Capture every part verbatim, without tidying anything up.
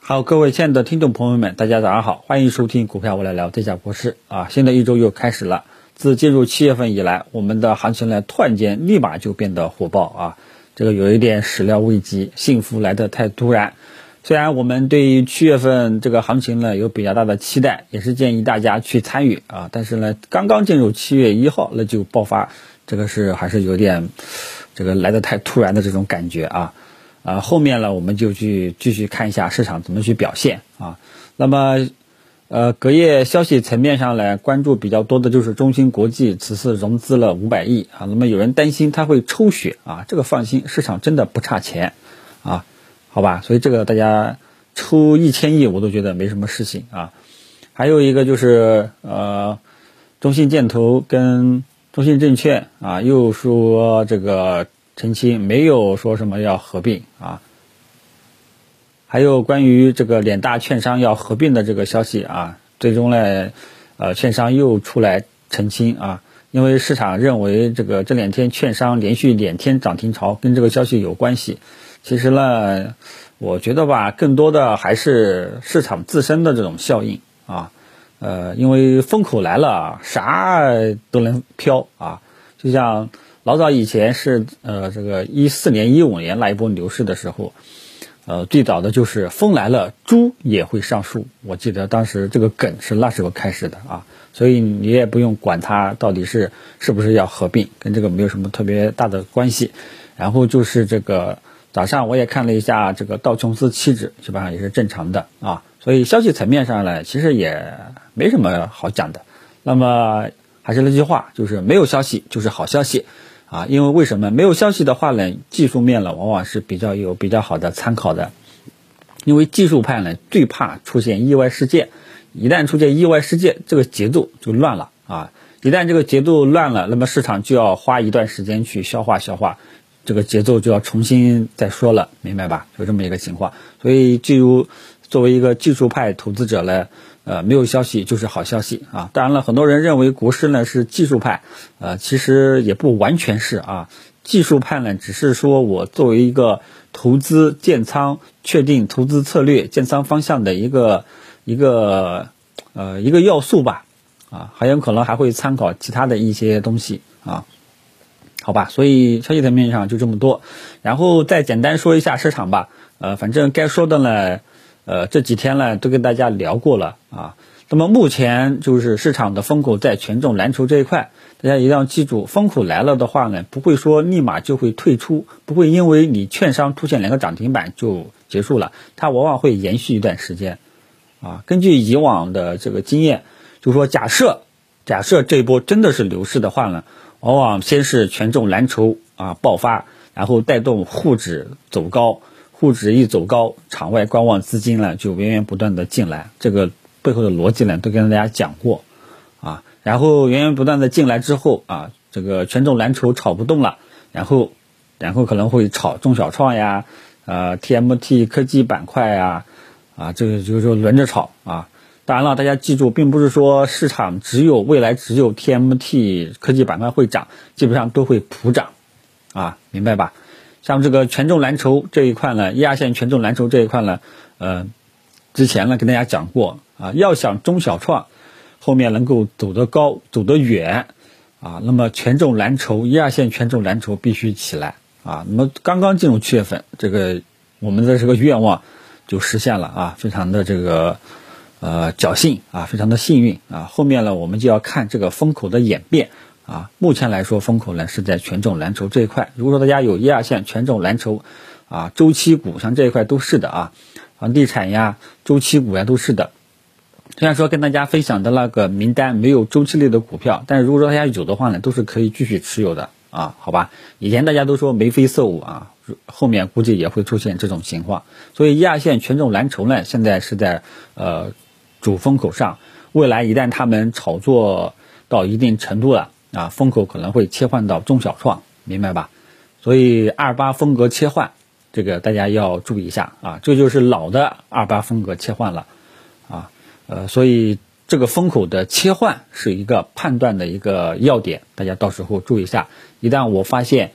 好，各位亲爱的听众朋友们，大家早上好，欢迎收听股票我来聊，这下国师啊，新的一周又开始了。自进入七月份以来，我们的行情呢突然间立马就变得火爆啊，这个有一点始料未及，幸福来得太突然。虽然我们对于七月份这个行情呢有比较大的期待，也是建议大家去参与啊，但是呢刚刚进入七月一号那就爆发，这个是还是有点这个来得太突然的这种感觉啊。啊，后面呢，我们就去继续看一下市场怎么去表现啊。那么，呃，隔夜消息层面上来关注比较多的就是中芯国际此次融资了五百亿啊。那么有人担心它会抽血啊，这个放心，市场真的不差钱啊，好吧？所以这个大家抽一千亿我都觉得没什么事情啊。还有一个就是呃，中信建投跟中信证券啊，又说这个澄清没有说什么要合并啊，还有关于这个两大券商要合并的这个消息啊，最终呢，呃，券商又出来澄清啊，因为市场认为这个这两天券商连续两天涨停潮跟这个消息有关系，其实呢，我觉得吧，更多的还是市场自身的这种效应啊，呃，因为风口来了，啥都能飘啊，就像老早以前是呃这个一四年一五年那一波牛市的时候，呃最早的就是风来了猪也会上树，我记得当时这个梗是那时候开始的啊，所以你也不用管它到底是是不是要合并，跟这个没有什么特别大的关系。然后就是这个早上我也看了一下这个道琼斯期指，基本上也是正常的啊，所以消息层面上呢其实也没什么好讲的。那么还是那句话，就是没有消息就是好消息啊，因为为什么没有消息的话呢？技术面呢，往往是比较有比较好的参考的，因为技术派呢最怕出现意外事件，一旦出现意外事件，这个节奏就乱了啊！一旦这个节奏乱了，那么市场就要花一段时间去消化消化，这个节奏就要重新再说了，明白吧？就这么一个情况。所以，例如作为一个技术派投资者呢，呃，没有消息就是好消息啊！当然了，很多人认为国师呢是技术派，呃，其实也不完全是啊。技术派呢，只是说我作为一个投资建仓、确定投资策略、建仓方向的一个一个呃一个要素吧，啊，还有可能还会参考其他的一些东西啊，好吧？所以消息层面上就这么多，然后再简单说一下市场吧，呃，反正该说的呢。呃，这几天呢都跟大家聊过了啊。那么目前就是市场的风口在权重蓝筹这一块，大家一定要记住，风口来了的话呢，不会说立马就会退出，不会因为你券商出现两个涨停板就结束了，它往往会延续一段时间啊。根据以往的这个经验，就是说假设假设这一波真的是牛市的话呢，往往先是权重蓝筹啊爆发，然后带动沪指走高。沪指一走高，场外观望资金呢就源源不断的进来，这个背后的逻辑呢都跟大家讲过啊。然后源源不断的进来之后啊，这个权重蓝筹炒不动了，然后然后可能会炒中小创呀，呃 T M T 科技板块呀，啊这个就是说轮着炒啊。当然了，大家记住，并不是说市场只有未来只有 T M T 科技板块会涨，基本上都会普涨啊，明白吧？像这个权重蓝筹这一块呢，一二线权重蓝筹这一块呢，呃，之前呢跟大家讲过啊，要想中小创后面能够走得高、走得远啊，那么权重蓝筹、一二线权重蓝筹必须起来啊。那么刚刚进入七月份，这个我们的这个愿望就实现了啊，非常的这个呃侥幸啊，非常的幸运啊。后面呢，我们就要看这个风口的演变。啊，目前来说风口呢是在权重蓝筹这一块。如果说大家有一二线权重蓝筹，啊，周期股像这一块都是的啊，房地产呀、周期股呀都是的。虽然说跟大家分享的那个名单没有周期类的股票，但是如果说大家有的话呢，都是可以继续持有的啊，好吧？以前大家都说眉飞色舞啊，后面估计也会出现这种情况。所以一二线权重蓝筹呢，现在是在呃主风口上，未来一旦他们炒作到一定程度了。啊，风口可能会切换到中小创，明白吧？所以二八风格切换，这个大家要注意一下啊，这就是老的二八风格切换了啊，呃，所以这个风口的切换是一个判断的一个要点，大家到时候注意一下。一旦我发现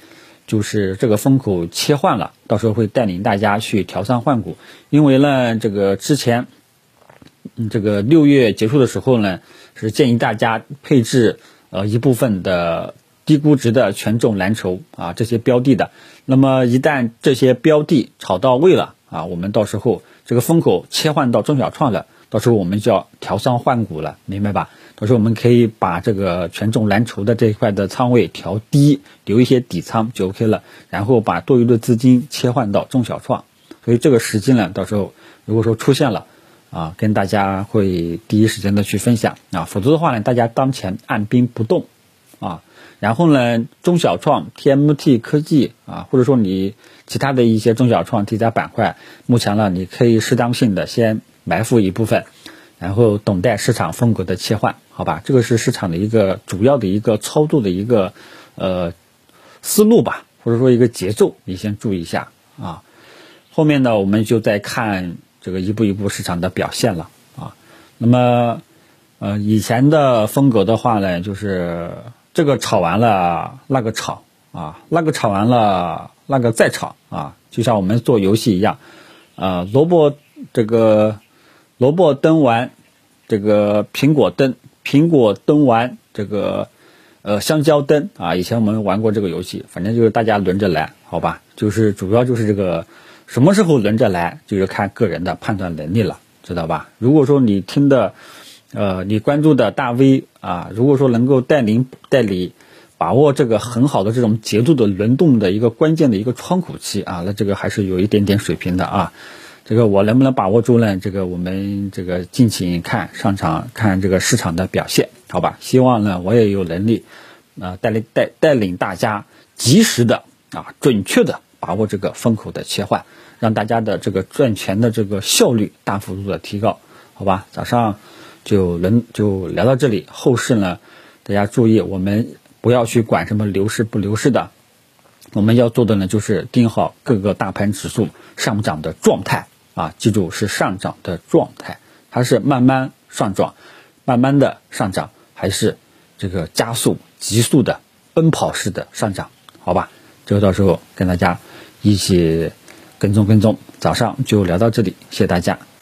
就是这个风口切换了，到时候会带领大家去调仓换股。因为呢，这个之前，嗯，这个六月结束的时候呢，是建议大家配置呃一部分的低估值的权重蓝筹啊这些标的的。那么一旦这些标的炒到位了啊，我们到时候这个风口切换到中小创了，到时候我们就要调仓换股了，明白吧？到时候我们可以把这个权重蓝筹的这一块的仓位调低，留一些底仓就 OK 了，然后把多余的资金切换到中小创。所以这个时机呢，到时候如果说出现了啊，跟大家会第一时间的去分享啊，否则的话呢，大家当前按兵不动啊。然后呢，中小创 T M T 科技啊，或者说你其他的一些中小创题材板块，目前呢，你可以适当性的先埋伏一部分，然后等待市场风格的切换，好吧？这个是市场的一个主要的一个操作的一个呃思路吧，或者说一个节奏，你先注意一下啊。后面呢，我们就再看这个一步一步市场的表现了啊。那么呃以前的风格的话呢，就是这个炒完了那个炒啊，那个炒完了那个再炒啊，就像我们做游戏一样啊，萝卜这个萝卜蹲完这个苹果蹲，苹果蹲完这个呃香蕉蹲啊，以前我们玩过这个游戏，反正就是大家轮着来，好吧？就是主要就是这个什么时候轮着来，就是看个人的判断能力了，知道吧？如果说你听的呃你关注的大 V 啊，如果说能够带领带你把握这个很好的这种节奏的轮动的一个关键的一个窗口期啊，那这个还是有一点点水平的啊。这个我能不能把握住呢？这个我们这个敬请看上场，看这个市场的表现，好吧？希望呢我也有能力啊、呃、带领带带领大家及时的啊准确的把握这个风口的切换，让大家的这个赚钱的这个效率大幅度的提高，好吧？早上就能就聊到这里，后市呢大家注意，我们不要去管什么流失不流失的，我们要做的呢就是盯好各个大盘指数上涨的状态啊，记住是上涨的状态，它是慢慢上涨，慢慢的上涨，还是这个加速急速的奔跑式的上涨，好吧？这个到时候跟大家一起跟踪跟踪，早上就聊到这里，谢谢大家。